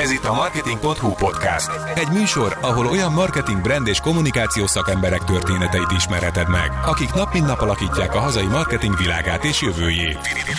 Ez itt a Marketing.hu podcast. Egy műsor, ahol olyan marketing, brand és kommunikációs szakemberek történeteit ismerheted meg, akik nap mint nap alakítják a hazai marketing világát és jövőjét.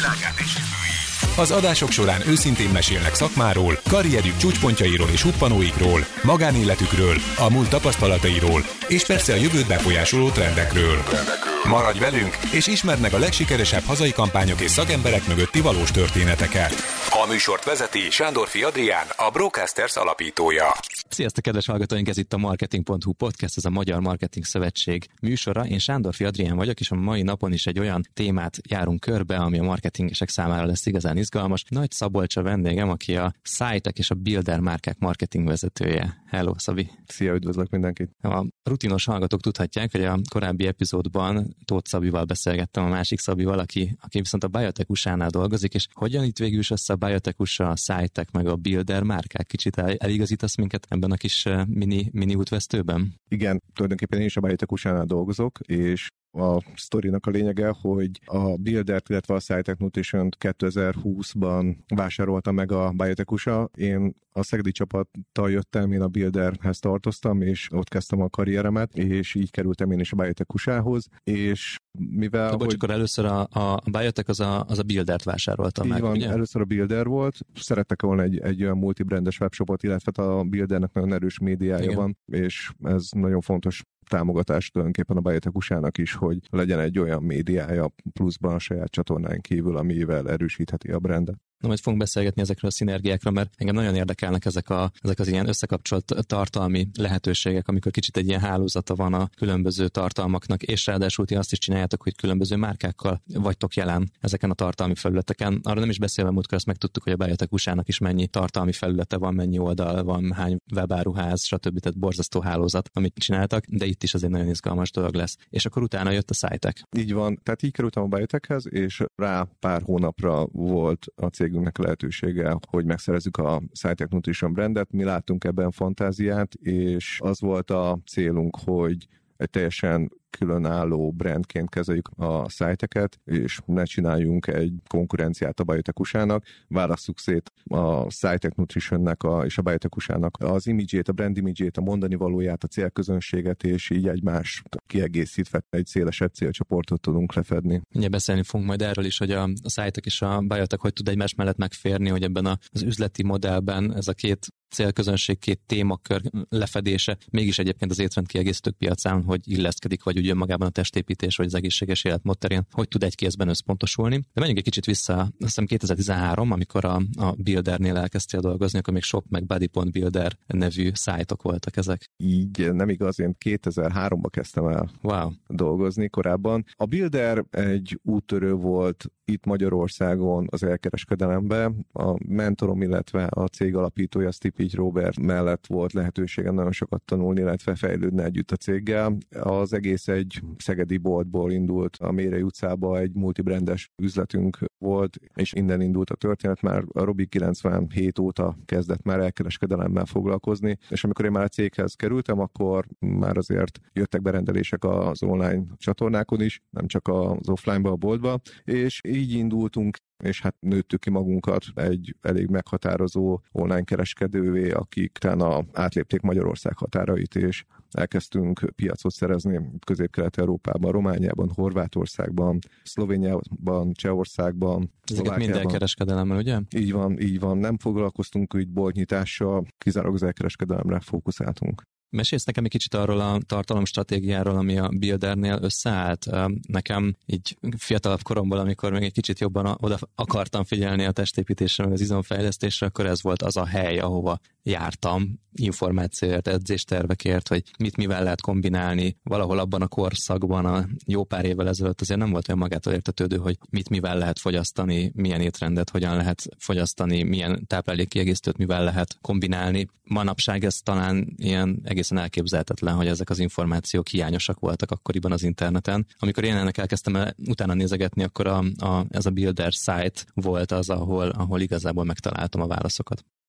Az adások során őszintén mesélnek szakmáról, karrierjük csúcspontjairól és huppanóikról, magánéletükről, a múlt tapasztalatairól, és persze a jövőt befolyásoló trendekről. Maradj velünk, és ismerd meg a legsikeresebb hazai kampányok és szakemberek mögötti valós történeteket. A műsort vezeti Sándorfi Adrián, a Brocasters alapítója. Sziasztok, kedves hallgatóink, ez itt a Marketing.hu podcast, ez a Magyar Marketing Szövetség műsora. Én Sándorfi Adrián vagyok, és a mai napon is egy olyan témát járunk körbe, ami a marketingesek számára lesz igazán izgalmas. Nagy Szabolcs a vendégem, aki a Szájtek és a Builder márkák marketing vezetője. Hello, Szabi! Szia, üdvözlök mindenkit! A rutinos hallgatók tudhatják, hogy a korábbi epizódban Tóth Szabival beszélgettem, a másik Szabival, aki viszont a Biotech USA-nál dolgozik, és hogyan itt végül is össze a Biotech USA, a Szájtek meg a Builder márkák? Kicsit eligazítasz minket ebben a kis mini útvesztőben? Igen, tulajdonképpen én is a Biotech USA-nál dolgozok, és a sztorinak a lényege, hogy a Buildert, illetve a Szájtek Nutrition-t 2020-ban vásárolta meg a Biotech USA. Én a szegedi csapattal jöttem, én a Builderhez tartoztam, és ott kezdtem a karrieremet, és így kerültem én is a Biotech USA-hoz, és mivel... Bocs, akkor először a Biotech az a Buildert vásárolta meg, van, ugye? Először a Builder volt. Szerettek volna egy olyan multibrandes webshopot, illetve a Buildernek nagyon erős médiája Igen. van, és ez nagyon fontos támogatást tulajdonképpen a Biotech USA-nak is, hogy legyen egy olyan médiája pluszban a saját csatornán kívül, amivel erősítheti a brandet. Na, majd fogunk beszélgetni ezekről a szinergiákról, mert engem nagyon érdekelnek ezek az ilyen összekapcsolt tartalmi lehetőségek, amikor kicsit egy ilyen hálózata van a különböző tartalmaknak, és ráadásul ti azt is csináljátok, hogy különböző márkákkal vagytok jelen ezeken a tartalmi felületeken. Arra nem is beszélve, múltkor azt megtudtuk, hogy a Biotech USA-nak is mennyi tartalmi felülete van, mennyi oldal van, hány webáruház, stb. Tehát borzasztó hálózat, amit csináltak, de itt is azért nagyon izgalmas dolog lesz. És akkor utána jött a Szájtek. Így van, tehát így kerültem a Biotechhez, és rá pár hónapra volt a cégünknek lehetősége, hogy megszerezzük a Szájtek Nutrition brandet. Mi láttunk ebben fantáziát, és az volt a célunk, hogy egy teljesen különálló brandként kezeljük a Szájteket, és ne csináljunk egy konkurenciát a Biotech USA-nak, válasszuk szét a Szájtek Nutritionnek és a Biotech USA-nak az imidzsét, a brand imidzsét, a mondani valóját, a célközönséget, és így egymást kiegészítve egy szélesebb célcsoportot tudunk lefedni. Ugye beszélni fogunk majd erről is, hogy a Szájtek és a Biotech hogy tud egymás mellett megférni, hogy ebben az üzleti modellben ez a két célközönség, két témakör lefedése mégis egyébként az étrendkiegészítők piacán, hogy illeszkedik, vagy ugye magában a testépítés, vagy az egészséges életmód terén, hogy tud egy kézben összpontosulni. De menjünk egy kicsit vissza, azt hiszem 2013, amikor a Buildernél elkezdtél dolgozni, akkor még Shop meg Body.Builder nevű szájtok voltak ezek. Így nem igaz, én 2003-ban kezdtem el dolgozni korábban. A Builder egy úttörő volt itt Magyarországon az elkereskedelemben. A mentorom, illetve a cég alapítója Stipics Robert mellett volt lehetőségem nagyon sokat tanulni, illetve fejlődni együtt a céggel. Az egész egy szegedi boltból indult, a Mérei utcába egy multibrandes üzletünk volt, és innen indult a történet. Már a Robi 97 óta kezdett már elkereskedelemmel foglalkozni, és amikor én már a céghez kerültem, akkor már azért jöttek berendelések az online csatornákon is, nem csak az offline-ba, a boltba, és így indultunk, és hát nőttük ki magunkat egy elég meghatározó online kereskedővé, akik utána átlépték Magyarország határait, és elkezdtünk piacot szerezni Közép-Kelet-Európában, Romániában, Horvátországban, Szlovéniában, Csehországban, ezeket mind elkereskedelemmel, ugye? Így van. Nem foglalkoztunk így boltnyitással, kizárólag az elkereskedelemre fókuszáltunk. Mesélsz nekem egy kicsit arról a tartalomstratégiáról, ami a Buildernél összeállt. Nekem így fiatalabb koromból, amikor még egy kicsit jobban oda akartam figyelni a testépítésre, meg az izomfejlesztésre, akkor ez volt az a hely, ahova jártam információért, edzéstervekért, hogy mit mivel lehet kombinálni. Valahol abban a korszakban, a jó pár évvel ezelőtt azért nem volt olyan magától értetődő, hogy mit mivel lehet fogyasztani, milyen étrendet hogyan lehet fogyasztani, milyen táplálékkiegészítőt mivel lehet kombinálni. Manapság ez talán ilyen egészen elképzelhetetlen, hogy ezek az információk hiányosak voltak akkoriban az interneten. Amikor én ennek elkezdtem utána nézegetni, akkor ez a Builder site volt az, ahol igazából megtaláltam a válaszokat.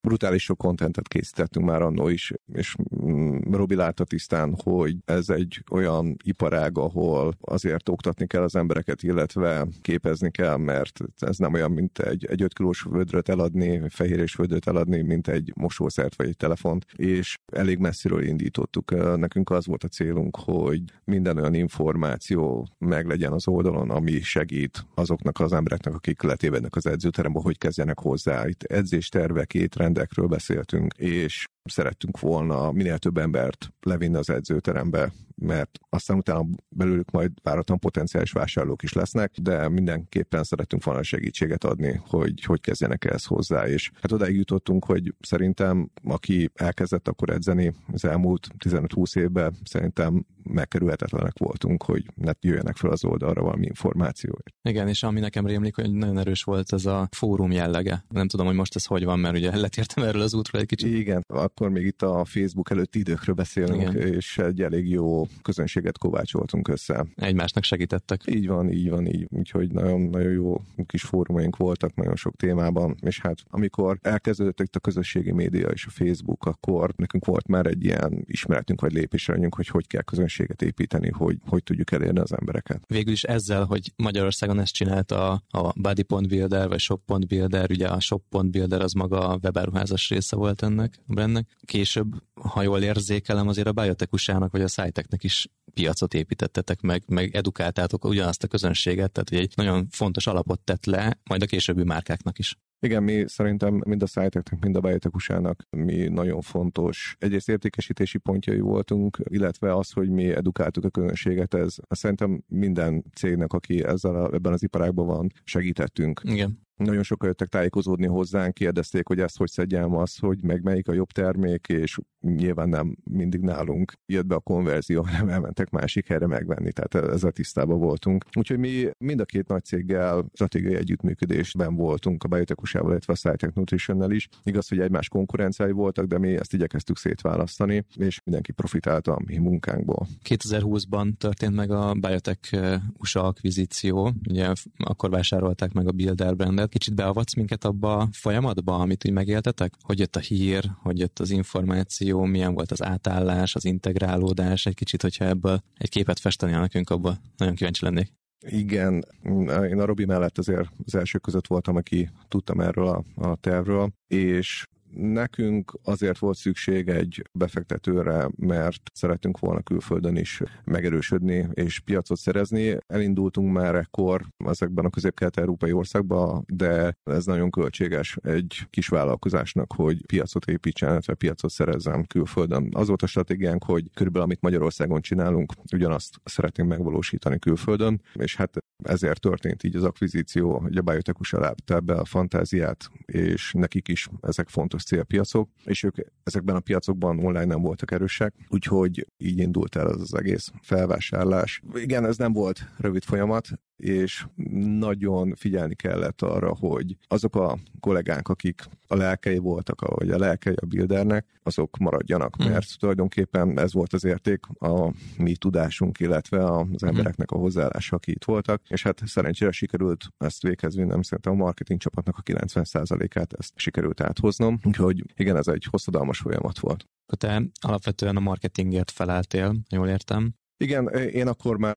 brutális sok kontentet készítettünk már annó is, és Robi látta tisztán, hogy ez egy olyan iparág, ahol azért oktatni kell az embereket, illetve képezni kell, mert ez nem olyan, mint egy 5 kilós vödröt eladni, fehérés vödröt eladni, mint egy mosószert vagy egy telefont, és elég messziről indítottuk. Nekünk az volt a célunk, hogy minden olyan információ meglegyen az oldalon, ami segít azoknak az embereknek, akik letévednek az edzőterembe, hogy kezdjenek hozzá. Itt edzéstervek, étrendekről beszéltünk, és szerettünk volna minél több embert levinni az edzőterembe, mert aztán utána belőlük majd váratlan potenciális vásárlók is lesznek, de mindenképpen szerettünk volna segítséget adni, hogy kezdjenek ehhez hozzá, és hát odáig jutottunk, hogy szerintem aki elkezdett akkor edzeni az elmúlt 15-20 évben, szerintem megkerülhetetlenek voltunk, hogy ne jöjjenek fel az oldalra valami információ. Igen, és ami nekem rémlik, hogy nagyon erős volt ez a fórum jellege. Nem tudom, hogy most ez hogy van, mert ugye letértem erről az útról egy kicsit. Igen, akkor még itt a Facebook előtti időkről beszélünk, igen. És egy elég jó közönséget kovácsoltunk össze. Egymásnak segítettek. Így van. Úgyhogy nagyon jó kis fórumaink voltak nagyon sok témában, és hát amikor elkezdődött itt a közösségi média és a Facebook, akkor nekünk volt már egy ilyen ismeretünk vagy lépésrendünk, hogy kell közönséget építeni, hogy tudjuk elérni az embereket. Végül is ezzel, hogy Magyarországon ezt csinálta a Body.builder vagy Shop.builder, ugye a Shop.builder az maga a webáruházas része volt ennek a brandnek. Később, ha jól érzékelem, azért a Biotech USA-nak vagy a SciTechnek is piacot építettetek meg edukáltátok ugyanazt a közönséget, tehát egy nagyon fontos alapot tett le, majd a későbbi márkáknak is. Igen, mi szerintem mind a SciTechnek, mind a Biotech USA-nak mi nagyon fontos egyrészt értékesítési pontjai voltunk, illetve az, hogy mi edukáltuk a közönséget, ez szerintem minden cégnek, aki ebben az iparágban van, segítettünk. Igen. Nagyon sokan jöttek tájékozódni hozzánk, kérdezték, hogy ezt hogy szedjem, az, hogy meg melyik a jobb termék, és nyilván nem mindig nálunk jött be a konverzió, hanem elmentek másik helyre megvenni, tehát ezzel tisztában voltunk. Úgyhogy mi mind a két nagy céggel stratégiai együttműködésben voltunk, a Biotech USA-val, illetve a SciTech Nutritionnel is. Igaz, hogy egymás konkurenciái voltak, de mi ezt igyekeztük szétválasztani, és mindenki profitált a mi munkánkból. 2020-ban történt meg a Biotech USA akvizíció, ugye akkor vásárolták meg a Builder brandet. Kicsit beavatsz minket abba a folyamatba, amit úgy megéltetek? Hogy jött a hír, hogy jött az információ, milyen volt az átállás, az integrálódás, egy kicsit, hogyha ebből egy képet festenél nekünk, abba nagyon kíváncsi lennék. Igen, én a Robi mellett azért az első között voltam, aki tudtam erről a tervről, és nekünk azért volt szükség egy befektetőre, mert szeretünk volna külföldön is megerősödni és piacot szerezni. Elindultunk már ekkor ezekben a közép-kelet-európai országban, de ez nagyon költséges egy kis vállalkozásnak, hogy piacot építsen, illetve piacot szerezzen külföldön. Az volt a stratégiánk, hogy körülbelül amit Magyarországon csinálunk, ugyanazt szeretnénk megvalósítani külföldön, és hát ezért történt így az akvizíció, hogy a Biotech USA látta be a fantáziát, és nekik is ezek fontos célpiacok, és ők ezekben a piacokban online nem voltak erősek, úgyhogy így indult el az egész felvásárlás. Igen, ez nem volt rövid folyamat, és nagyon figyelni kellett arra, hogy azok a kollégánk, akik a lelkei voltak, vagy a lelkei a Buildernek, azok maradjanak, mert tulajdonképpen ez volt az érték, a mi tudásunk, illetve az embereknek a hozzáállása, akik itt voltak, és hát szerencsére sikerült ezt véghez vinnem, szerintem a marketing csapatnak a 90%-át ezt sikerült áthoznom, úgyhogy igen, ez egy hosszadalmas folyamat volt. Te alapvetően a marketingért felálltél, jól értem? Igen, én akkor már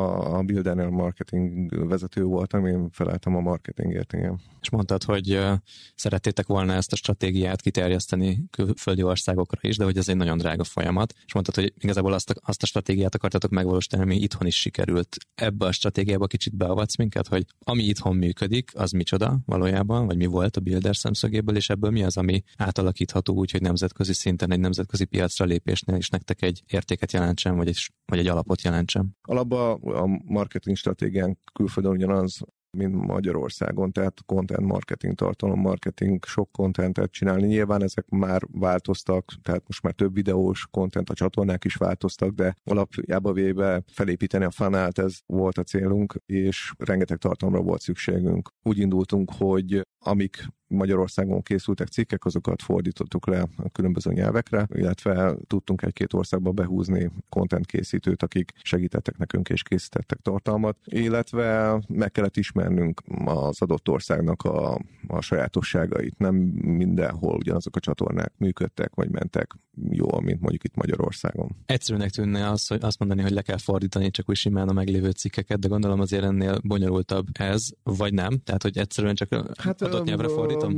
a Buildernél marketing vezető voltam, én feleltem a marketingért, igen. És mondtad, hogy szerettétek volna ezt a stratégiát kiterjeszteni külföldi országokra is, de hogy ez egy nagyon drága folyamat, és mondtad, hogy igazából azt a stratégiát akartatok megvalósítani, ami itthon is sikerült. Ebbe a stratégiába kicsit beavatsz minket, hogy ami itthon működik, az micsoda valójában, vagy mi volt a Builder szemszögéből, és ebből mi az, ami átalakítható úgy, hogy nemzetközi szinten egy nemzetközi piacra lépésnél is nektek egy értéket jelentsen, vagy egy alapot jelentsen. Alapban a marketing stratégiánk külföldön ugyanaz, mint Magyarországon, tehát content marketing, tartalom marketing, sok contentet csinálni. Nyilván ezek már változtak, tehát most már több videós content, a csatornák is változtak, de alapjába véve felépíteni a funnelt, ez volt a célunk, és rengeteg tartalomra volt szükségünk. Úgy indultunk, hogy amik Magyarországon készültek cikkek, azokat fordítottuk le a különböző nyelvekre, illetve tudtunk egy-két országba behúzni content készítőt, akik segítettek nekünk és készítettek tartalmat, illetve meg kellett ismernünk az adott országnak a sajátosságait. Nem mindenhol ugyanazok a csatornák működtek, vagy mentek jól, mint mondjuk itt Magyarországon. Egyszerűnek tűnne azt mondani, hogy le kell fordítani csak úgy simán a meglévő cikkeket, de gondolom azért ennél bonyolultabb ez, vagy nem? Tehát, hogy egyszerűen csak adott nyelvre fordítom?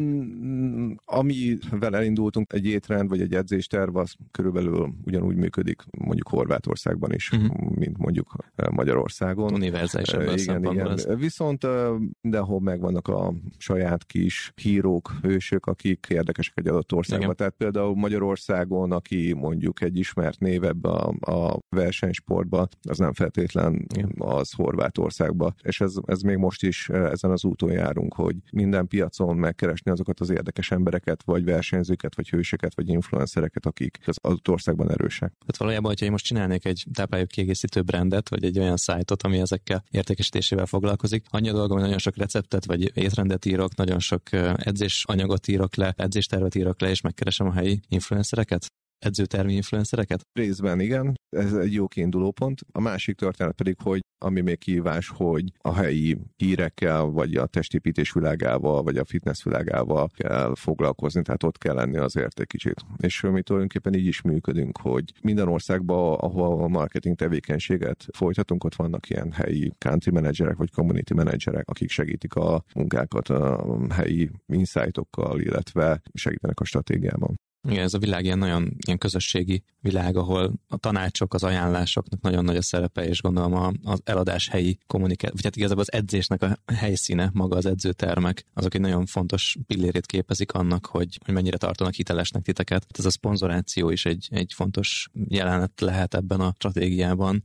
Amivel elindultunk, egy étrend vagy egy edzésterv, az körülbelül ugyanúgy működik mondjuk Horvátországban is, mint mondjuk Magyarországon. Univerzális ebben a szempontból. Igen. Viszont mindenhol megvannak a saját kis hírók, hősök, akik érdekesek egy adott országban. Igen. Tehát például Magyarországon, aki mondjuk egy ismert név ebbe a versenysportban, az nem feltétlen az Horvátországban. És ez még most is ezen az úton járunk, hogy minden piacon megkeresni azokat az érdekes embereket, vagy versenyzőket, vagy hősöket, vagy influencereket, akik az adott országban erősek. Tehát valójában, hogyha én most csinálnék egy táplálék kiegészítő brandet, vagy egy olyan szájtot, ami ezekkel értékesítésével foglalkozik, annyi a dolgom, hogy nagyon sok receptet, vagy étrendet írok, nagyon sok edzésanyagot írok le, edzéstervet írok le, és megkeresem a helyi influencereket? Edzőtermi influencereket? Részben igen, ez egy jó kiindulópont. A másik történet pedig, hogy ami még kihívás, hogy a helyi hírekkel, vagy a testépítés világával, vagy a fitness világával kell foglalkozni, tehát ott kell lenni azért egy kicsit. És mi tulajdonképpen így is működünk, hogy minden országban, ahol a marketing tevékenységet folytatunk, ott vannak ilyen helyi country managerek, vagy community managerek, akik segítik a munkákat a helyi insightokkal, illetve segítenek a stratégiában. Igen, ez a világ ilyen közösségi világ, ahol a tanácsok, az ajánlásoknak nagyon nagy a szerepe, és gondolom az eladás helyi kommunikáció, vagy hát igazából az edzésnek a helyszíne, maga az edzőtermek, azok egy nagyon fontos pillérét képezik annak, hogy mennyire tartanak hitelesnek titeket. Ez a szponzoráció is egy fontos jelenet lehet ebben a stratégiában,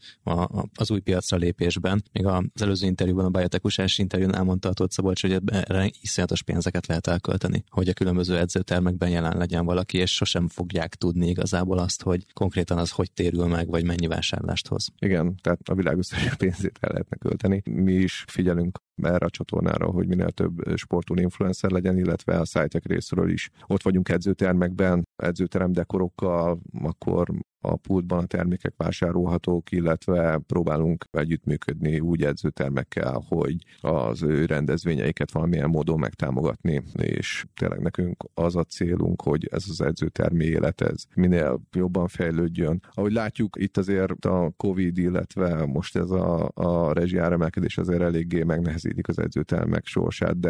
az új piacra lépésben. Még az előző interjúban, a Biotech interjún elmondta a Tóth Szabolcs, hogy erre iszonyatos pénzeket lehet elkölteni, hogy a különböző edzőtermekben jelen legyen valaki, és sosem fogják tudni igazából azt, hogy konkrétan az hogy térül meg, vagy mennyi vásárlást hoz. Igen, tehát a világ összes pénzét el lehetne költeni. Mi is figyelünk erre a csatornára, hogy minél több sportoló influencer legyen, illetve a SciTech részről is. Ott vagyunk edzőtermekben, edzőterem dekorokkal, akkor a pultban a termékek vásárolhatók, illetve próbálunk együttműködni úgy edzőtermekkel, hogy az ő rendezvényeiket valamilyen módon megtámogatni, és tényleg nekünk az a célunk, hogy ez az edzőtermi élet, ez minél jobban fejlődjön. Ahogy látjuk, itt azért a Covid, illetve most ez a rezsiáremelkedés azért eléggé megnehezítik az edzőtermek sorsát,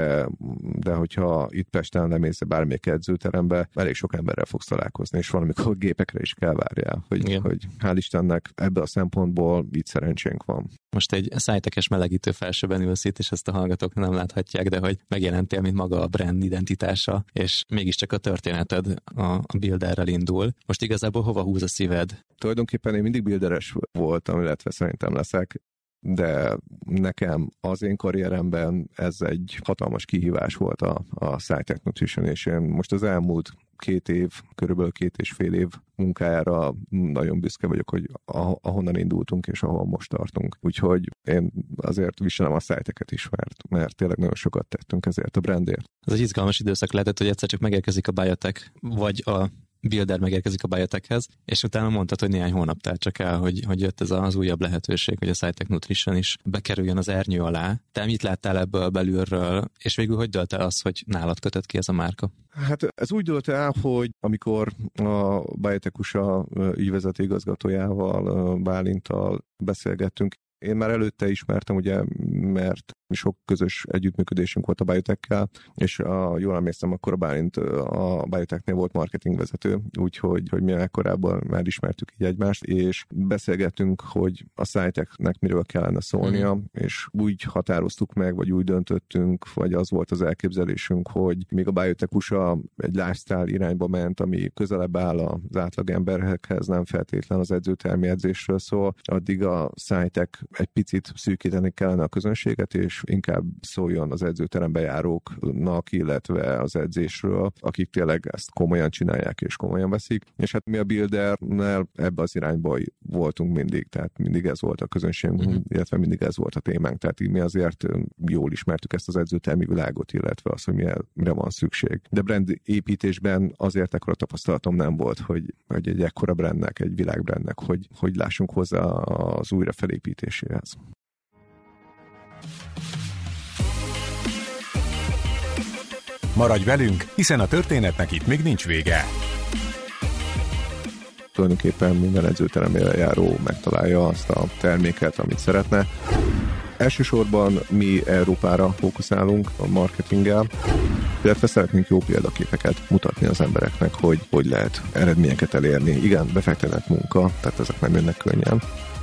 de hogyha itt Pesten lemész bármelyik edzőterembe, elég sok emberrel fogsz találkozni, és valamikor gépekre is kell várjál. Hogy hál' Istennek ebben a szempontból így szerencsénk van. Most egy SciTech-es melegítő felsőben ülsz itt, és ezt a hallgatók nem láthatják, de hogy megjelentél, mint maga a brand identitása, és mégiscsak a történeted a Builderrel indul. Most igazából hova húz a szíved? Tulajdonképpen én mindig builderes voltam, illetve szerintem leszek, de nekem az én karrieremben ez egy hatalmas kihívás volt a SciTech Nutrition, és én most az elmúlt 2 év, körülbelül 2,5 év munkájára nagyon büszke vagyok, hogy ahonnan indultunk, és ahol most tartunk. Úgyhogy én azért viselem a SciTech-et is, mert tényleg nagyon sokat tettünk ezért a brandért. Ez egy izgalmas időszak lehetett, hogy egyszer csak megérkezik a Biotech, vagy a Builder megérkezik a Biotechhez, és utána mondtad, hogy néhány hónap telt csak el, hogy jött ez az újabb lehetőség, hogy a SciTech Nutrition is bekerüljön az ernyő alá. Te mit láttál ebből belülről, és végül hogy dölt el az, hogy nálad kötött ki ez a márka? Hát ez úgy dölt el, hogy amikor a Biotech USA ügyvezető igazgatójával, Bálinttal beszélgettünk, én már előtte ismertem, ugye, mert sok közös együttműködésünk volt a Biotech-kel, és jól emlékszem, akkor a Bálint a Biotech-nél volt marketingvezető, úgyhogy mi korábban már ismertük így egymást, és beszélgettünk, hogy a SciTech-nek miről kellene szólnia, és úgy határoztuk meg, vagy úgy döntöttünk, vagy az volt az elképzelésünk, hogy még a Biotech USA egy lifestyle irányba ment, ami közelebb áll az átlag emberekhez, nem feltétlen az edzőtermi edzésről szól, addig a SciTech egy picit szűkíteni kellene a közönséget, és és inkább szóljon az edzőterembe járóknak, illetve az edzésről, akik tényleg ezt komolyan csinálják és komolyan veszik. És hát mi a Buildernel ebbe az irányba voltunk mindig, tehát mindig ez volt a közönségünk, illetve mindig ez volt a témánk, tehát így mi azért jól ismertük ezt az edzőtermi világot, illetve azt, hogy mire van szükség. De brand építésben azért ekkora tapasztalatom nem volt, hogy egy ekkora brandnek, egy világbrandnek, hogy lássunk hozzá az újra felépítéséhez. Maradj velünk, hiszen a történetnek itt még nincs vége. Tulajdonképpen minden edzőterembe járó megtalálja azt a terméket, amit szeretne. Elsősorban mi Európára fókuszálunk a marketinggel, illetve szeretnénk jó példaképeket mutatni az embereknek, hogy lehet eredményeket elérni. Igen, befektetett munka, tehát ezek nem jönnek könnyen.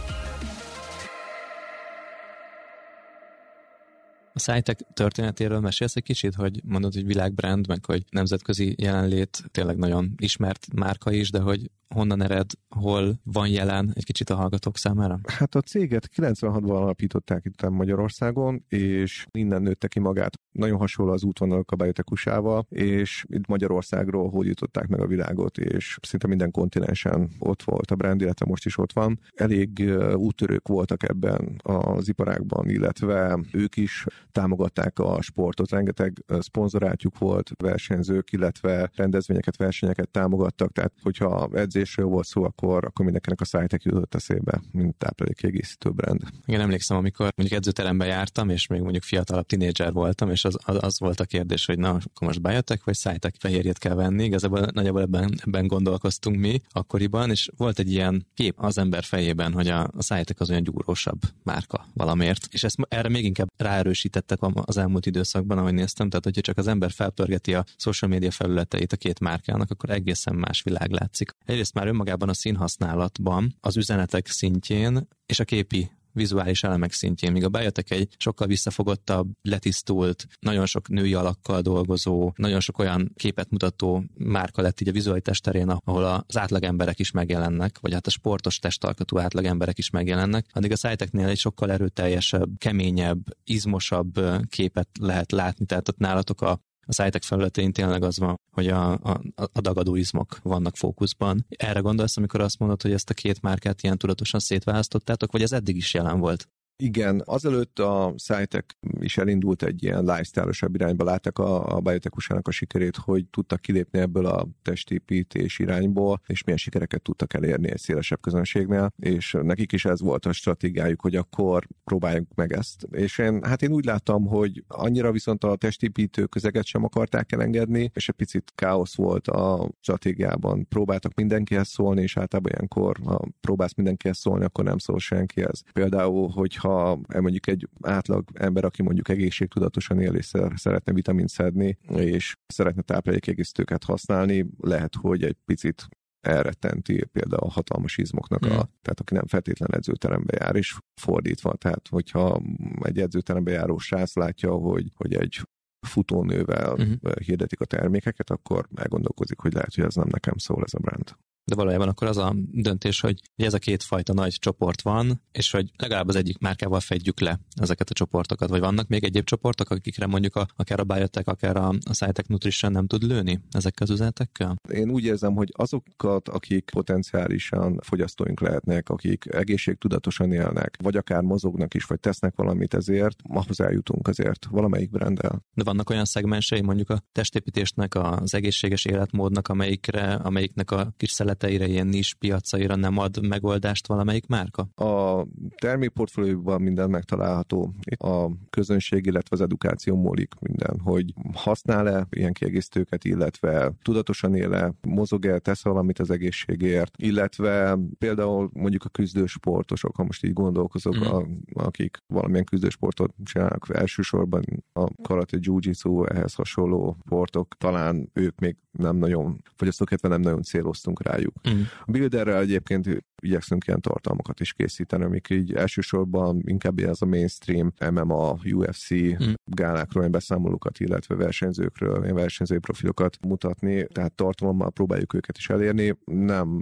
A Szájtek történetéről mesélsz egy kicsit, hogy mondod, hogy világbrand, meg hogy nemzetközi jelenlét, tényleg nagyon ismert márka is, de hogy honnan ered, hol van jelen egy kicsit a hallgatók számára? Hát a céget 96-ban alapították itt Magyarországon, és innen nőtte ki magát. Nagyon hasonló az útvonalak a Biotech USA-val, és itt Magyarországról hódították meg a világot, és szinte minden kontinensen ott volt a brand, illetve most is ott van. Elég úttörők voltak ebben az iparágban, illetve ők is támogatták a sportot. Rengeteg szponzorátjuk volt, versenyzők, illetve rendezvényeket, versenyeket támogattak, tehát hogyha edzésről volt szó, akkor mindenkinek a Szájtek jutott eszébe, mint táplálékkiegészítő brand. Igen, emlékszem, amikor mondjuk edzőteremben jártam, és még mondjuk fiatalabb tinédzser voltam, és az volt a kérdés, hogy na, akkor most Biotech vagy Szájtek fehérjét kell venni. Igazából nagyjából ebben gondolkoztunk mi akkoriban, és volt egy ilyen kép az ember fejében, hogy a Szájtek az olyan gyúrósabb márka valamiért. És erre még inkább ráerősítettek az elmúlt időszakban, ahogy néztem, tehát hogyha csak az ember felpörgeti a social media felületeit a két márkának, akkor egészen más világ látszik. Egyrészt már önmagában a színhasználatban, az üzenetek szintjén és a képi vizuális elemek szintjén, míg a Biotech egy sokkal visszafogottabb, letisztult, nagyon sok női alakkal dolgozó, nagyon sok olyan képet mutató márka lett így a vizualitás terén, ahol az átlagemberek is megjelennek, vagy hát a sportos testalkatú átlagemberek is megjelennek, addig a Szájteknél egy sokkal erőteljesebb, keményebb, izmosabb képet lehet látni, tehát ott nálatok a Szájtek felületén tényleg az van, hogy a dagadó izmok vannak fókuszban. Erre gondolsz, amikor azt mondod, hogy ezt a két márkát ilyen tudatosan szétválasztottátok, vagy ez eddig is jelen volt? Igen, azelőtt a Szájtek is elindult egy ilyen lifestyle-osabb irányba, látták a Biotech USA-nak a sikerét, hogy tudtak kilépni ebből a testépítés irányból, és milyen sikereket tudtak elérni egy szélesebb közönségnél, és nekik is ez volt a stratégiájuk, hogy akkor próbáljuk meg ezt. És én úgy láttam, hogy annyira viszont a testépítő közeget sem akarták elengedni, és egy picit káosz volt a stratégiában. Próbáltak mindenkihez szólni, és általában ilyenkor, ha próbálsz mindenkihez szólni, akkor nem szól senkihez. Például, hogyha mondjuk egy átlag ember, aki mondjuk egészségtudatosan él és szeretne vitamint szedni, és szeretne táplálékkiegészítőket használni, lehet, hogy egy picit elrettenti például a hatalmas izmoknak, tehát aki nem feltétlen edzőterembe jár, és fordítva. Tehát, hogyha egy edzőterembe járó srác látja, hogy egy futónővel hirdetik a termékeket, akkor elgondolkozik, hogy lehet, hogy ez nem nekem szól ez a brand. De valójában akkor az a döntés, hogy ez a kétfajta nagy csoport van, és hogy legalább az egyik márkával fedjük le ezeket a csoportokat, vagy vannak még egyéb csoportok, akikre mondjuk akár a Biotech, akár a Szájtek Nutrition nem tud lőni ezekkel az üzenetekkel? Én úgy érzem, hogy azokat, akik potenciálisan fogyasztóink lehetnek, akik egészségtudatosan élnek, vagy akár mozognak is, vagy tesznek valamit ezért, ahhoz eljutunk azért valamelyik branddel. De vannak olyan szegmensei mondjuk a testépítésnek, az egészséges életmódnak, amelyiknek a kis szeleteire, ilyen nis piacaira nem ad megoldást valamelyik márka? A termékportfólióban minden megtalálható. A közönség, illetve az edukáció múlik minden, hogy használ-e ilyen kiegészítőket, illetve tudatosan él-e, mozog-e, tesz valamit az egészségért, illetve például mondjuk a küzdősportosok, ha most így gondolkozok, akik valamilyen küzdősportot csinálnak, elsősorban a karate, jiu-jitsu, ehhez hasonló sportok, talán ők még nem nagyon, fogyasztókedve nem nagyon céloztunk rájuk. A Builderrel egyébként igyekszünk ilyen tartalmakat is készíteni, amik így elsősorban inkább ez a mainstream MMA, UFC gálákról, ilyen beszámolókat, illetve versenyzőkről, ilyen versenyzői profilokat mutatni, tehát tartalommal próbáljuk őket is elérni. Nem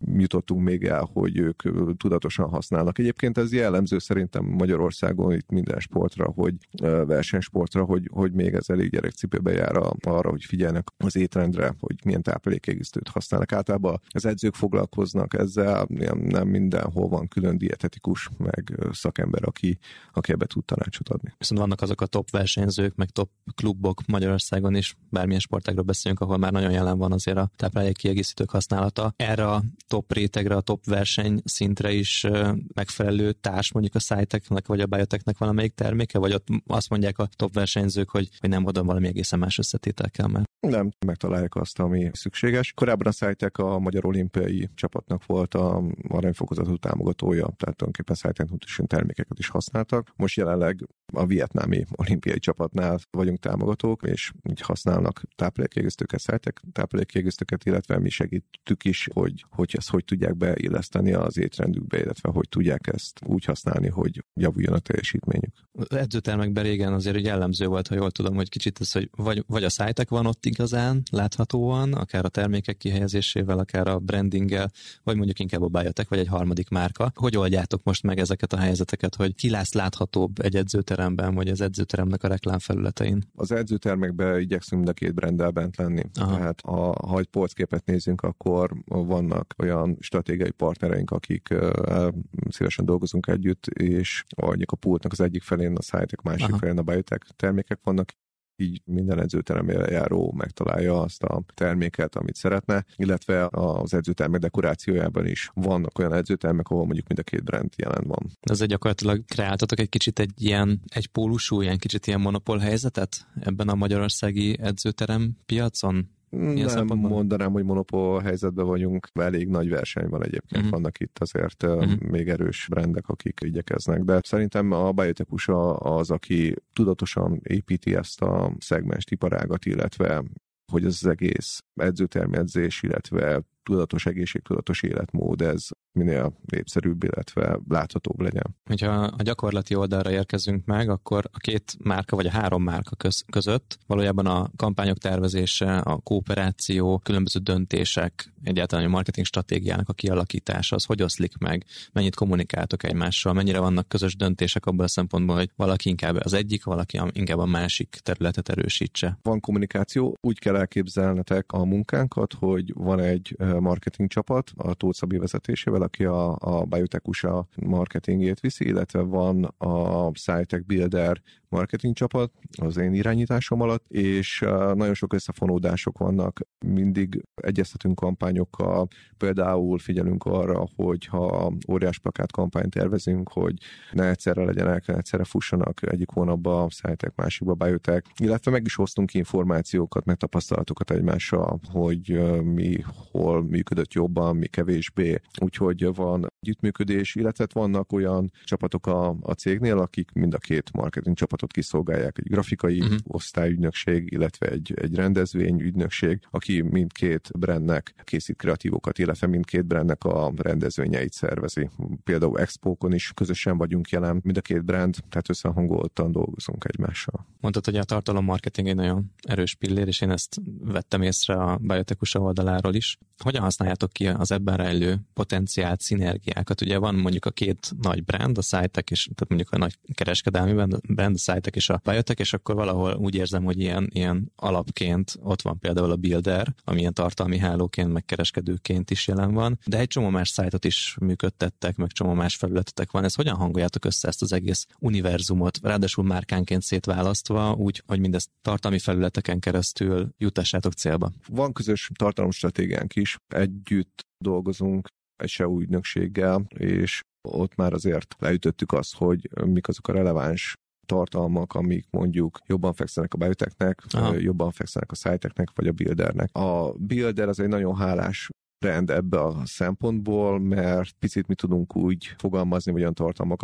jutottunk még el, hogy ők tudatosan használnak. Egyébként ez jellemző szerintem Magyarországon itt minden sportra, hogy versenysportra, hogy még ez elég gyerekcipőbe jár arra, hogy figyelnek az étrendre, hogy milyen táplálékkiegészítőt használnak. Általában az edzők foglalkoznak ezzel, nem mindenhol van külön dietetikus, meg szakember, aki ebbe tud tanácsot adni. Viszont vannak azok a top versenyzők, meg top klubok Magyarországon is, bármilyen sportágról beszélünk, ahol már nagyon jelen van azért a táplálékkiegészítők használata. Erre a top rétegre, a top versenyszintre is megfelelő társ mondjuk a Cytecnek vagy a Biotechnek valamelyik terméke, vagy ott azt mondják a top versenyzők, hogy nem oda valami egészen más összetétel kell már. Nem, megtalálják azt, ami szükséges. Korábban a Cytec a Magyar Olimpiai Csapatnak volt a aranyfokozatú támogatója, tehát tulajdonképpen Cytec Nutrition termékeket is használtak. Most jelenleg a vietnámi olimpiai csapatnál vagyunk támogatók, és így használnak táplálékkiegészítőket, Cytec táplálékkiegészítőket, illetve mi segítjük is, hogy ezt hogy tudják beilleszteni az étrendükbe, illetve hogy tudják ezt úgy használni, hogy javuljon a teljesítményük. Az edzőtermekben régen azért jellemző volt, ha jól tudom, hogy kicsit ez, hogy vagy a Cytec van ott igazán láthatóan, akár a termékek kihelyezésével, akár a brandinggel, vagy mondjuk inkább a Biotech, vagy egy harmadik márka. Hogy oldjátok most meg ezeket a helyzeteket, hogy ki lesz láthatóbb egy edzőteremben, vagy az edzőteremnek a reklámfelületein? Az edzőtermekben igyekszünk mind a két branddel bent lenni. Aha. Tehát ha egy polcképet nézzünk, akkor vannak olyan stratégiai partnereink, akik szívesen dolgozunk együtt, és mondjuk a pultnak az egyik felén a Cytec, másik felén a Biotech termékek vannak, így minden edzőteremben járó megtalálja azt a terméket, amit szeretne, illetve az edzőtermek dekorációjában is vannak olyan edzőtermek, ahol mondjuk mind a két brand jelen van. Ez gyakorlatilag kreáltatok egy kicsit egy pólusú, kicsit ilyen monopól helyzetet ebben a magyarországi edzőterem piacon? Nem mondanám, hogy monopól helyzetben vagyunk, elég nagy verseny van egyébként, vannak itt azért még erős brandek, akik igyekeznek, de szerintem a Biotech az, aki tudatosan építi ezt a szegmest, iparágat, illetve hogy az egész edzőtermedzés, illetve tudatos egészség, tudatos életmód, ez minél népszerűbb, illetve láthatóbb legyen. Hogyha a gyakorlati oldalra érkezünk meg, akkor a két márka, vagy a három márka között valójában a kampányok tervezése, a kooperáció, különböző döntések, egyáltalán a marketing stratégiának a kialakítása, az hogy oszlik meg, mennyit kommunikáltok egymással, mennyire vannak közös döntések abban a szempontból, hogy valaki inkább az egyik, valaki inkább a másik területet erősítse. Van kommunikáció, úgy kell elképzelnetek a munkánkat, hogy van egy marketing csapat, a Tóth Szabi vezetésével, aki a Biotech USA marketingét viszi, illetve van a Cytec Builder marketing csapat az én irányításom alatt, és nagyon sok összefonódások vannak, mindig egyeztetünk kampányokkal, például figyelünk arra, hogy ha óriás plakát kampányt tervezünk, hogy ne egyszerre legyenek, ne egyszerre fussanak egyik hónapban a Cytec, másikba Biotech, illetve meg is hoztunk információkat, meg tapasztalatokat egymással, hogy mi hol működött jobban, mi kevésbé, úgyhogy van együttműködés, illetve vannak olyan csapatok a cégnél, akik mind a két marketing csapatot kiszolgálják, egy grafikai osztályügynökség, illetve egy rendezvényügynökség, aki mindkét brandnek készít kreatívokat, illetve mindkét brandnek a rendezvényeit szervezi. Például expókon is közösen vagyunk jelen, mind a két brand, tehát összehangoltan dolgozunk egymással. Mondtad, hogy a tartalommarketing egy nagyon erős pillér, és én ezt vettem észre a Biotech USA oldaláról is. Hogyan használjátok ki az ebben rejlő potenciált szinergiákat? Ugye van mondjuk a két nagy brand, a Cytec, és tehát mondjuk a nagy kereskedelmi brand, a Cytec és a Biotech, és akkor valahol úgy érzem, hogy ilyen alapként ott van például a Builder, ami ilyen tartalmi hálóként, meg kereskedőként is jelen van, de egy csomó más szájtot is működtettek, meg csomó más felületetek van. Ez hogyan hangoljátok össze ezt az egész univerzumot, ráadásul márkánként szétválasztva, úgy, hogy mindezt tartalmi felületeken keresztül jutassátok célba? Van közös tartalomstratégiánk is, együtt dolgozunk egy SEO ügynökséggel, és ott már azért leütöttük azt, hogy mik azok a releváns tartalmak, amik mondjuk jobban fekszenek a Biotechnek, jobban fekszenek a Cytecnek, vagy a Buildernek. A Builder az egy nagyon hálás brand ebbe a szempontból, mert picit mi tudunk úgy fogalmazni, vagy olyan tartalmakat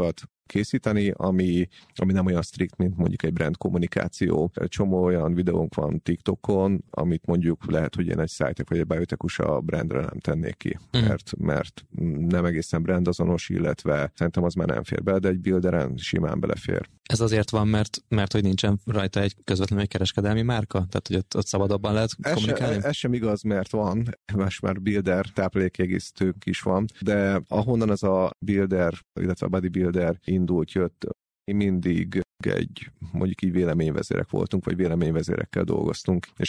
készíteni, ami nem olyan strikt, mint mondjuk egy brand kommunikáció. Csomó olyan videónk van TikTokon, amit mondjuk lehet, hogy én egy Cytec vagy egy Biotekus a brandre nem tennék ki, mert nem egészen brandazonos, illetve szerintem az már nem fér be, de egy builderen simán belefér. Ez azért van, mert hogy nincsen rajta egy közvetlenül egy kereskedelmi márka? Tehát, hogy ott szabadabban lehet kommunikálni? Ez sem igaz, mert van, más már builder táplálékkiegészítők is van, de ahonnan ez a builder, illetve a bodybuilder jött, mindig mondjuk így véleményvezérek voltunk, vagy véleményvezérekkel dolgoztunk, és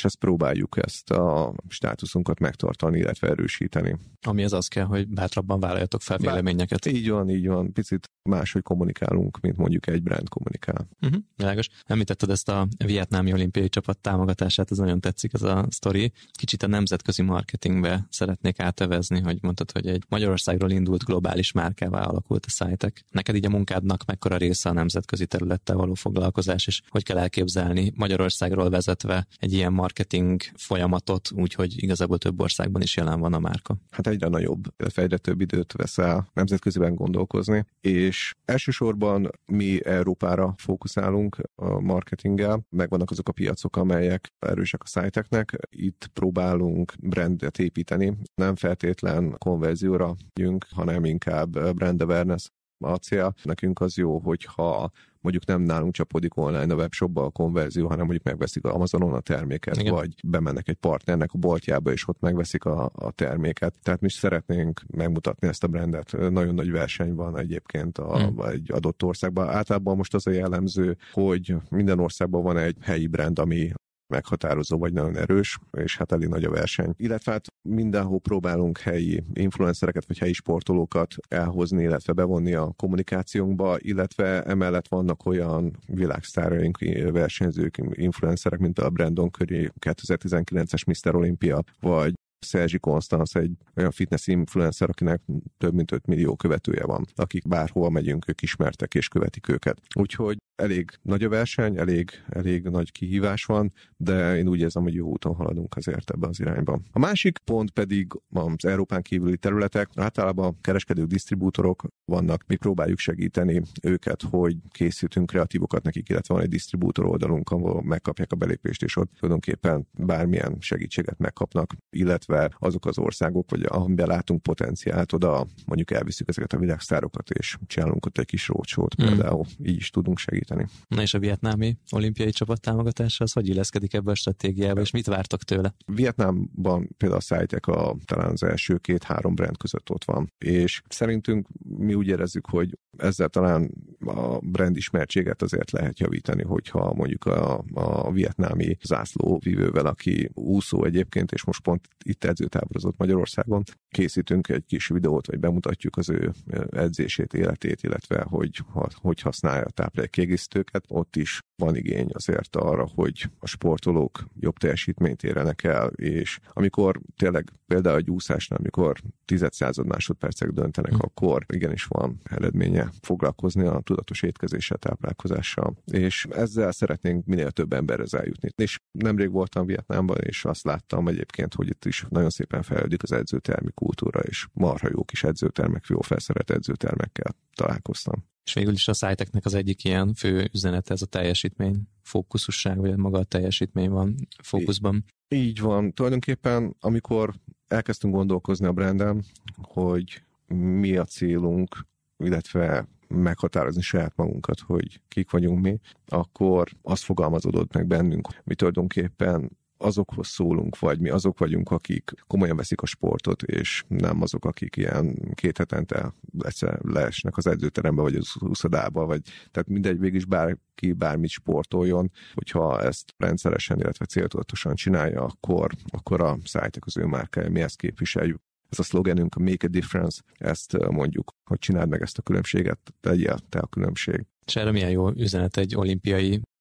ezt a státuszunkat megtartani, illetve erősíteni. Ami az kell, hogy bátrabban vállaljatok fel véleményeket. Így van. Picit máshogy kommunikálunk, mint mondjuk egy brand kommunikál. Világos. Említetted ezt a vietnámi olimpiai csapat támogatását, ez nagyon tetszik ez a sztori. Kicsit a nemzetközi marketingbe szeretnék átevezni, hogy mondtad, hogy egy Magyarországról indult globális márkává alakult a Cytec. Neked így a munkádnak mekkora része a nemzetközi területtel való foglalkozás, és hogy kell elképzelni Magyarországról vezetve egy ilyen marketing folyamatot, úgyhogy igazából több országban is jelen van a márka? Hát egyre nagyobb, illetve egyre több időt vesz el nemzetköziben gondolkozni, és elsősorban mi Európára fókuszálunk a marketinggel, megvannak azok a piacok, amelyek erősek a Cytecnek, itt próbálunk brandet építeni, nem feltétlen konverzióra jönk, hanem inkább brand awareness a cél. Nekünk az jó, hogyha mondjuk nem nálunk csapodik online a webshopba a konverzió, hanem mondjuk megveszik az Amazonon a terméket, igen, vagy bemennek egy partnernek a boltjába, és ott megveszik a terméket. Tehát mi is szeretnénk megmutatni ezt a brandet. Nagyon nagy verseny van egyébként egy adott országban. Általában most az a jellemző, hogy minden országban van egy helyi brand, ami meghatározó vagy nagyon erős, és hát elég nagy a verseny. Illetve hát mindenhol próbálunk helyi influencereket vagy helyi sportolókat elhozni, illetve bevonni a kommunikációnkba, illetve emellett vannak olyan világsztárjaink, versenyzők, influencerek, mint a Brandon Curry 2019-es Mr. Olympia, vagy Sergi Constance, egy olyan fitness influencer, akinek több mint 5 millió követője van, akik bárhova megyünk, ők ismertek és követik őket. Úgyhogy elég nagy a verseny, elég nagy kihívás van, de én úgy érzem, hogy jó úton haladunk azért ebbe az irányba. A másik pont pedig az Európán kívüli területek, általában kereskedők, disztribútorok vannak, mi próbáljuk segíteni őket, hogy készítünk kreatívokat nekik, illetve van egy disztribútor oldalunk, ahol megkapják a belépést, és ott tulajdonképpen bármilyen segítséget megkapnak, illetve azok az országok, vagy amiben látunk potenciált, oda mondjuk elviszük ezeket a világsztárokat, és csinálunk ott egy kis roadshow-t például, így is tudunk segíteni. Na és a vietnámi olimpiai csapat támogatása, az hogy illeszkedik ebbe a stratégiába, és mit vártok tőle? Vietnámban például a Cytec talán az első 2-3 brand között ott van, és szerintünk mi úgy érezzük, hogy ezzel talán a brand ismertséget azért lehet javítani, hogyha mondjuk a vietnámi zászlóvivővel, aki úszó egyébként, és most pont itt edzőtáborozott Magyarországon, készítünk egy kis videót, vagy bemutatjuk az ő edzését, életét, illetve hogy használja a táplálékkiegészítőket. Ott is van igény azért arra, hogy a sportolók jobb teljesítményt érjenek el, és amikor tényleg például egy úszásnál, amikor 10 másodpercek döntenek, akkor igenis van eredménye foglalkozni a tudatos étkezéssel, táplálkozással. És ezzel szeretnénk minél több emberhez eljutni. És nemrég voltam Vietnámban, és azt láttam egyébként, hogy itt is nagyon szépen fejlődik az edzőtermi kultúra, és marha jó kis edzőtermek, jó felszerelt edzőtermekkel találkoztam. És végül is a Cytecnek az egyik ilyen fő üzenete ez a teljesítmény fókuszusság, vagy maga a teljesítmény van fókuszban. Így van. Tulajdonképpen, amikor elkezdtünk gondolkozni a branden, hogy mi a célunk, illetve meghatározni saját magunkat, hogy kik vagyunk mi, akkor az fogalmazódott meg bennünk, mi tulajdonképpen azokhoz szólunk, vagy mi azok vagyunk, akik komolyan veszik a sportot, és nem azok, akik ilyen 2 hetente egyszer leesnek az edzőterembe, vagy az úszodába, vagy tehát mindegy, végig is bárki bármit sportoljon, hogyha ezt rendszeresen, illetve céltudatosan csinálja, akkor a Cytec az ő márkája, mi ezt képviseljük. Ez a szlogenünk, a Make a Difference, ezt mondjuk, hogy csináld meg ezt a különbséget, tegyél te a különbség. És erre milyen jó üzenet egy olimpiai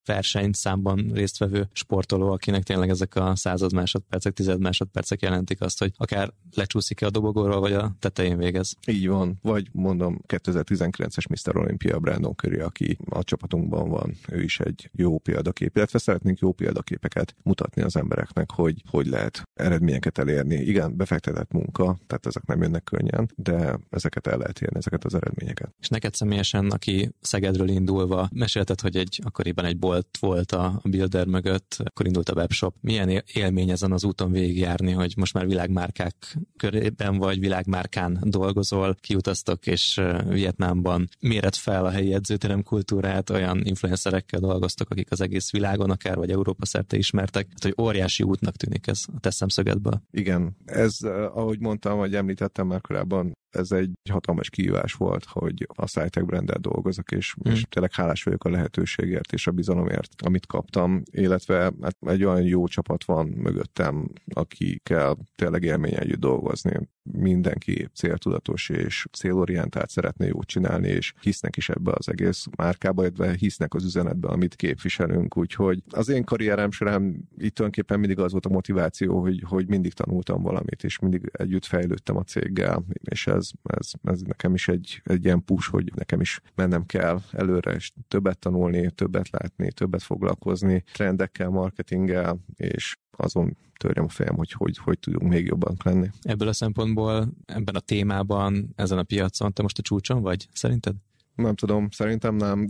versenyszámban résztvevő sportoló, akinek tényleg ezek a 100 másodpercek, 10 másodpercek jelentik azt, hogy akár lecsúszik-e a dobogóról, vagy a tetején végez. Így van. Vagy mondom, 2019-es Mr. Olympia Brandon Curry, aki a csapatunkban van, ő is egy jó példakép, illetve szeretnénk jó példaképeket mutatni az embereknek, hogy lehet eredményeket elérni. Igen, befektetett munka, tehát ezek nem jönnek könnyen, de ezeket el lehet érni, ezeket az eredményeket. És neked személyesen, aki Szegedről indulva, mesélted, hogy akkoriban egy bolt volt a Builder mögött, akkor indult a webshop. Milyen élmény ezen az úton végigjárni, hogy most már világmárkák körében vagy, világmárkán dolgozol, kiutaztok, és Vietnámban méred fel a helyi edzőterem kultúrát, olyan influencerekkel dolgoztok, akik az egész világon akár, vagy Európa szerte ismertek, hogy óriási útnak tűnik ez a te szemszögedből. Igen, ez, ahogy mondtam, vagy említettem már korábban, ez egy hatalmas kihívás volt, hogy a SciTech branddel dolgozok, és tényleg hálás vagyok a lehetőségért és a bizalomért, amit kaptam, illetve hát egy olyan jó csapat van mögöttem, akikkel tényleg élmény együtt dolgozni. Mindenki céltudatos és célorientált szeretné jót csinálni, és hisznek is ebbe az egész márkába, illetve hisznek az üzenetbe, amit képviselünk, úgyhogy az én karrierem során itt tulajdonképpen mindig az volt a motiváció, hogy mindig tanultam valamit, és mindig együtt fejlődtem a céggel, és ez nekem is egy ilyen push, hogy nekem is mennem kell előre, és többet tanulni, többet látni, többet foglalkozni, trendekkel, marketinggel, és azon törjem a fejem, hogy tudunk még jobban lenni. Ebből a szempontból, ebben a témában, ezen a piacon, te most a csúcson vagy, szerinted? Nem tudom, szerintem nem,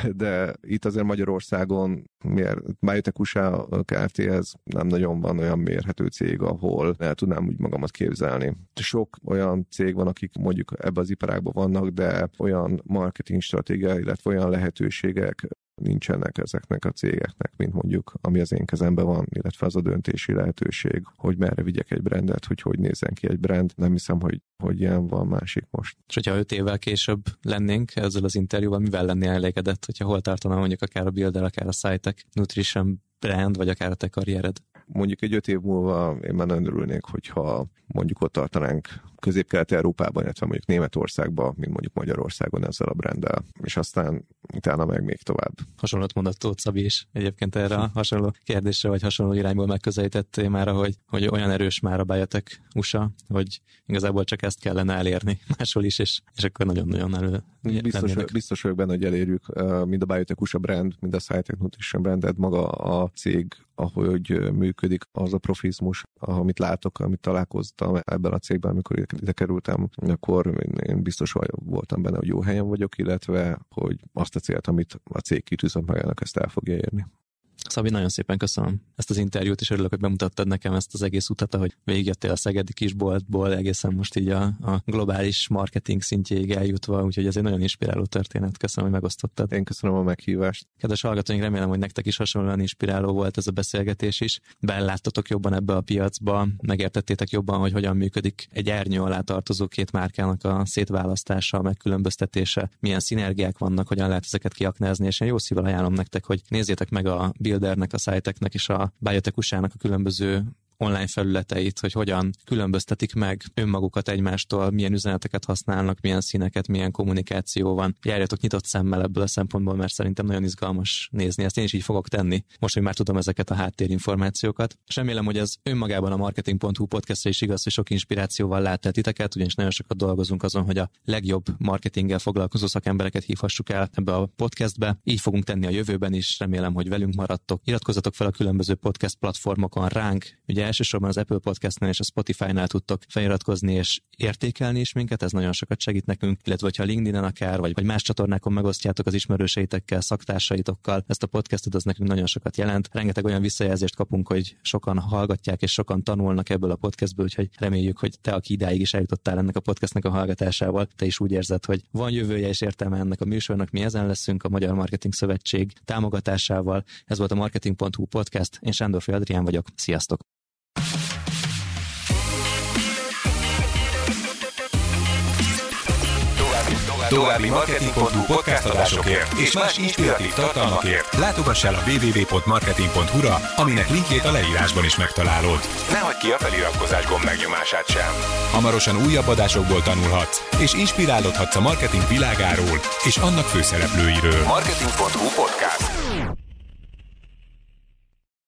de itt azért Magyarországon Biotech USA Kft-hez nem nagyon van olyan mérhető cég, ahol el tudnám úgy magamat képzelni. Sok olyan cég van, akik mondjuk ebbe az iparágban vannak, de olyan marketing stratégia, illetve olyan lehetőségek nincsenek ezeknek a cégeknek, mint mondjuk, ami az én kezemben van, illetve az a döntési lehetőség, hogy merre vigyek egy brandet, hogy nézzen ki egy brand. Nem hiszem, hogy ilyen van másik most. És hogyha 5 évvel később lennénk ezzel az interjúval, mivel lennél elégedett, hogyha hol tartana mondjuk akár a Builder, akár a SciTech Nutrition brand, vagy akár a te karriered? Mondjuk egy 5 év múlva én már nagyon örülnék, hogyha mondjuk ott tartanánk Közép-Kelet-Európában, illetve mondjuk Németországban, mint mondjuk Magyarországon ezzel a branddel, és aztán utána meg még tovább. Hasonlót mondott Tóth Szabi is egyébként erre a hasonló kérdésre, vagy hasonló irányból megközelítettél már, hogy olyan erős már a Biotech USA, hogy igazából csak ezt kellene elérni máshol is, és akkor nagyon-nagyon elő. Biztos vagyok benne, hogy elérjük mind a Biotech USA brand, mind a SciTech Nutrition brandet, maga a cég, ahogy működik, az a profizmus, amit látok, amit találkoztam ebben a cégben, amikor ide kerültem, akkor én biztos voltam benne, hogy jó helyen vagyok, illetve, hogy azt a célt, amit a cég kitűzött magának, ezt el fogja érni. Szabi, nagyon szépen köszönöm ezt az interjút, és örülök, hogy bemutattad nekem ezt az egész utat, ahogy végigjöttél a szegedi kisboltból, egészen most így a globális marketing szintjéig eljutva, úgyhogy ez egy nagyon inspiráló történet. Köszönöm, hogy megosztottad. Én köszönöm a meghívást. Kedves hallgatóink, remélem, hogy nektek is hasonlóan inspiráló volt ez a beszélgetés is. Belláttatok jobban ebbe a piacba, megértettétek jobban, hogy hogyan működik egy ernyő alá tartozó két márkának a szétválasztása, a megkülönböztetése, milyen szinergiák vannak, hogyan lehet ezeket kiaknázni, és én jó szívvel ajánlom nektek, hogy nézzétek meg a Buildernek, a SciTechnek és a Biotech USA-nak a különböző online felületeit, hogy hogyan különböztetik meg önmagukat egymástól, milyen üzeneteket használnak, milyen színeket, milyen kommunikáció van. Járjatok nyitott szemmel ebből a szempontból, mert szerintem nagyon izgalmas nézni. Ezt én is így fogok tenni, most, hogy már tudom ezeket a háttérinformációkat. És remélem, hogy ez önmagában a marketing.hu podcastra is igaz, hogy sok inspirációval lát el titeket, ugyanis nagyon sokat dolgozunk azon, hogy a legjobb marketinggel foglalkozó szakembereket hívhassuk el ebbe a podcastbe. Így fogunk tenni a jövőben is, remélem, hogy velünk maradtok. Iratkozzatok fel a különböző podcast platformokon ránk. Ugye elsősorban az Apple Podcastnál és a Spotify-nál tudtok feliratkozni és értékelni is minket, ez nagyon sokat segít nekünk, illetve hogyha LinkedIn-en akár, vagy más csatornákon megosztjátok az ismerőseitekkel, szaktársaitokkal, ezt a podcastot, az nekünk nagyon sokat jelent. Rengeteg olyan visszajelzést kapunk, hogy sokan hallgatják és sokan tanulnak ebből a podcastből, úgyhogy reméljük, hogy te, aki idáig is eljutottál ennek a podcastnak a hallgatásával, te is úgy érzed, hogy van jövője és értelme ennek a műsornak, mi ezen leszünk a Magyar Marketing Szövetség támogatásával. Ez volt a Marketing.hu podcast, én Sándorfi Adrián vagyok, sziasztok! További Marketing.hu podcast adásokért és más inspiratív tartalmakért látogass el a www.marketing.hu-ra, aminek linkjét a leírásban is megtalálod. Ne hagyd ki a feliratkozás gomb megnyomását sem. Hamarosan újabb adásokból tanulhatsz, és inspirálódhatsz a marketing világáról és annak főszereplőiről. Marketing.hu podcast.